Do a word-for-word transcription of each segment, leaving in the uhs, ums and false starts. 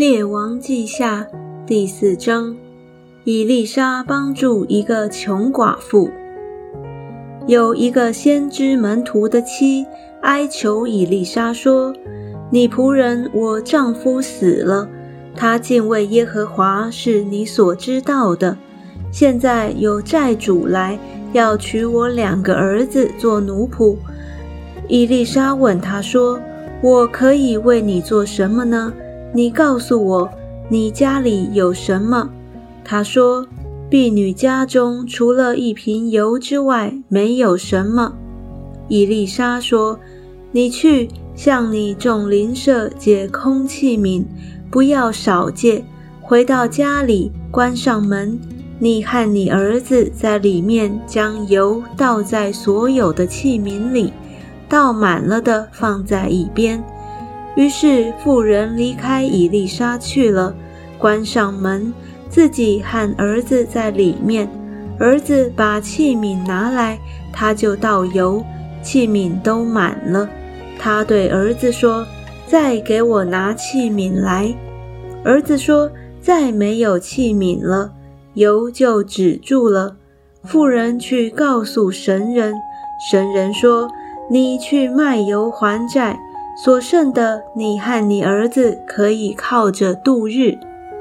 列王记下第四章，以利沙帮助一个穷寡妇。有一个先知门徒的妻哀求以利沙说，你仆人我丈夫死了，他敬畏耶和华是你所知道的，现在有债主来要娶我两个儿子做奴仆。以利沙问他说，我可以为你做什么呢？你告诉我，你家里有什么？他说，婢女家中除了一瓶油之外没有什么。以利沙说，你去向你众邻舍借空器皿，不要少借，回到家里关上门，你和你儿子在里面将油倒在所有的器皿里，倒满了的放在一边。于是妇人离开以利沙去了，关上门，自己和儿子在里面。儿子把器皿拿来，他就倒油，器皿都满了。他对儿子说，再给我拿器皿来。儿子说，再没有器皿了，油就止住了。妇人去告诉神人，神人说，你去卖油还债，所剩的你和你儿子可以靠着度日。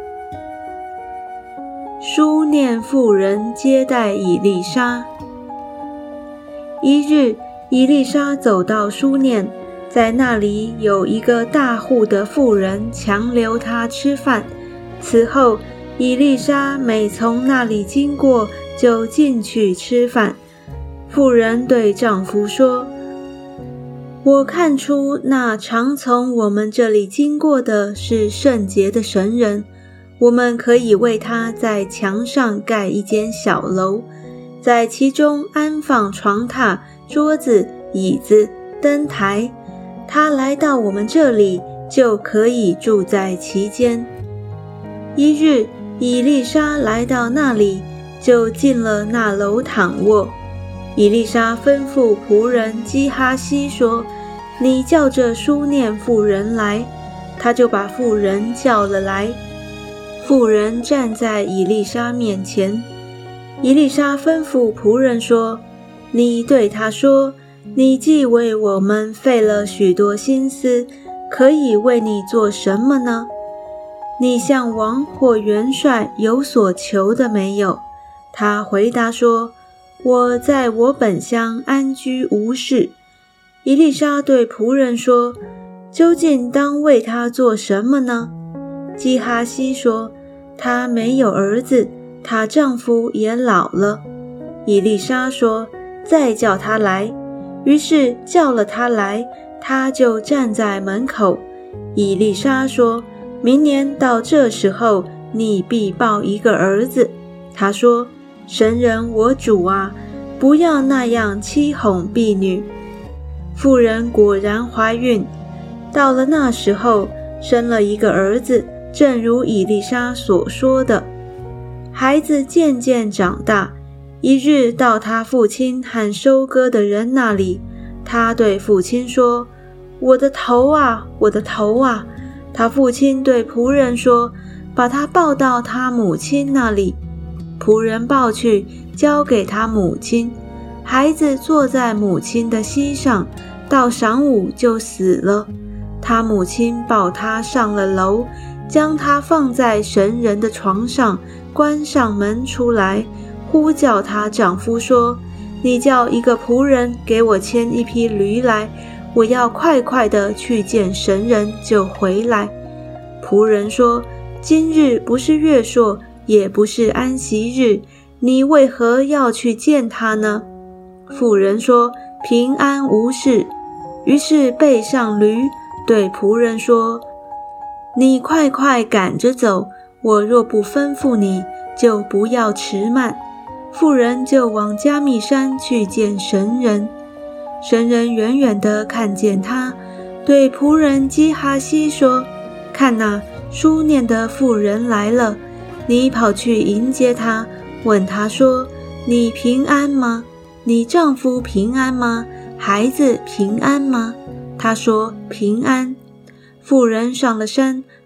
书念妇人接待以利沙。一日，以利沙走到书念，在那里有一个大户的妇人强留他吃饭。此后，以利沙每从那里经过，就进去吃饭。妇人对丈夫说，我看出那常从我们这里经过的是圣洁的神人，我们可以为他在墙上盖一间小楼，在其中安放床榻、桌子、椅子、灯台。他来到我们这里，就可以住在其间。一日，以利沙来到那里，就进了那楼躺卧。以利沙吩咐仆人基哈西说，你叫这书念妇人来。他就把妇人叫了来。妇人站在以利沙面前。以利沙吩咐仆人说，你对他说，你既为我们费了许多心思，可以为你做什么呢？你向王或元帅有所求的没有？他回答说，我在我本乡安居无事。以利沙对仆人说，究竟当为他做什么呢？基哈西说，她没有儿子，她丈夫也老了。以利沙说，再叫他来。于是叫了他来，他就站在门口。以利沙说，明年到这时候，你必抱一个儿子。他说，神人我主啊，不要那样欺哄婢女。妇人果然怀孕，到了那时候，生了一个儿子，正如以利沙所说的。孩子渐渐长大，一日到他父亲和收割的人那里，他对父亲说，我的头啊，我的头啊。他父亲对仆人说，把他抱到他母亲那里。仆人抱去，交给他母亲。孩子坐在母亲的膝上，到晌午就死了。他母亲抱他上了楼，将他放在神人的床上，关上门出来，呼叫她丈夫说，你叫一个仆人给我牵一匹驴来，我要快快地去见神人，就回来。仆人说，今日不是月朔，也不是安息日，你为何要去见他呢？妇人说，平安无事。于是背上驴，对仆人说，你快快赶着走，我若不吩咐你，就不要迟慢。妇人就往加密山去见神人。神人远远地看见他，对仆人基哈西说，看哪，书念的妇人来了，你跑去迎接她，问她说，你平安吗？你丈夫平安吗？孩子平安吗？她说，平安。妇人上了山，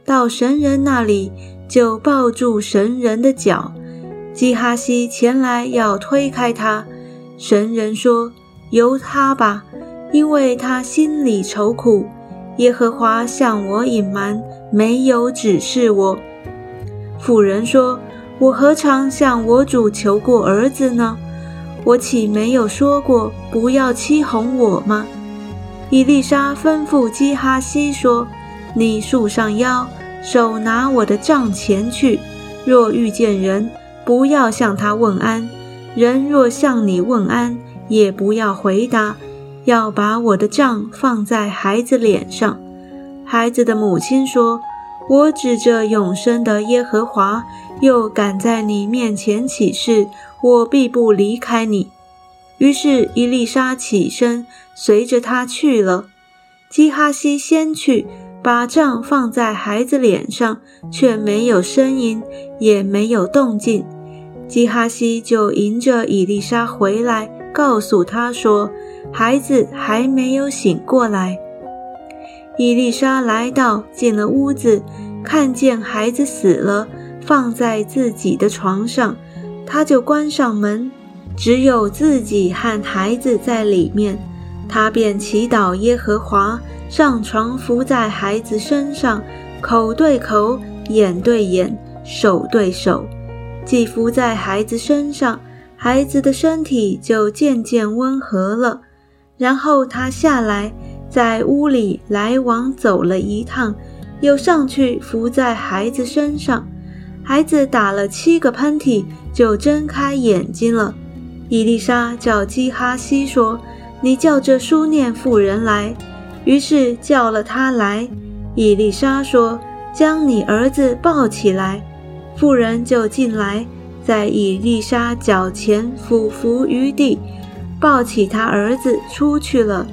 到神人那里，就抱住神人的脚。基哈西前来要推开他，神人说：由他吧，因为他心里愁苦，耶和华向我隐瞒，没有指示我。妇人说：我何尝向我主求过儿子呢？我岂没有说过不要欺哄我吗？以利沙吩咐基哈西说：你束上腰，手拿我的杖前去，若遇见人，不要向他问安，人若向你问安，也不要回答，要把我的杖放在孩子脸上。孩子的母亲说：我指着永生的耶和华，又敢在你面前起誓，我必不离开你。于是以利沙起身，随着他去了。基哈西先去，把杖放在孩子脸上，却没有声音，也没有动静。基哈西就迎着以利沙回来，告诉他说：孩子还没有醒过来。以利沙来到，进了屋子，看见孩子死了，放在自己的床上，他就关上门，只有自己和孩子在里面。他便祈祷耶和华，上床伏在孩子身上，口对口，眼对眼，手对手。既伏在孩子身上，孩子的身体就渐渐温和了。然后他下来，在屋里来往走了一趟，又上去伏在孩子身上。孩子打了七个喷嚏，就睁开眼睛了。以利沙叫基哈西说：你叫这书念妇人来。于是叫了他来。以利沙说：将你儿子抱起来。妇人就进来，在以利沙脚前俯伏于地，抱起他儿子出去了。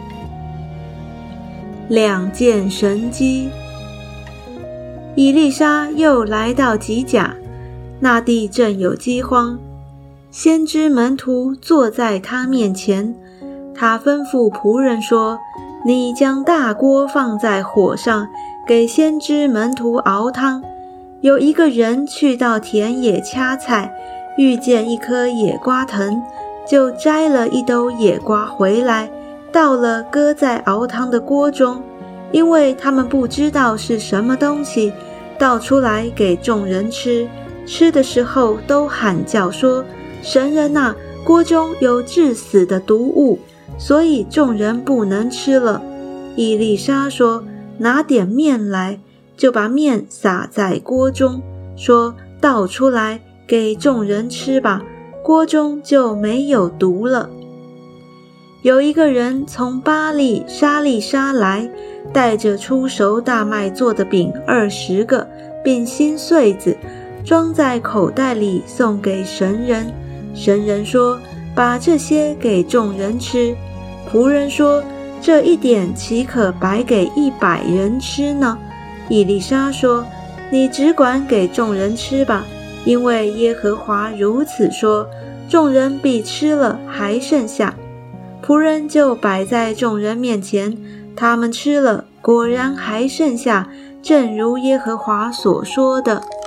两件神迹。以利沙又来到吉甲，那地正有饥荒。先知门徒坐在他面前，他吩咐仆人说：你将大锅放在火上，给先知门徒熬汤。有一个人去到田野掐菜，遇见一棵野瓜藤，就摘了一兜野瓜回来，倒了搁在熬汤的锅中，因为他们不知道是什么东西，倒出来给众人吃。吃的时候都喊叫说：神人啊，锅中有致死的毒物，所以众人不能吃了。以利沙说：拿点面来，就把面撒在锅中，说：倒出来给众人吃吧，锅中就没有毒了。有一个人从巴力沙利沙来，带着出熟大麦做的饼二十个，并新穗子，装在口袋里送给神人。神人说：把这些给众人吃。仆人说：这一点岂可白给一百人吃呢？以利沙说：你只管给众人吃吧，因为耶和华如此说，众人必吃了还剩下。仆人就摆在众人面前，他们吃了，果然还剩下，正如耶和华所说的。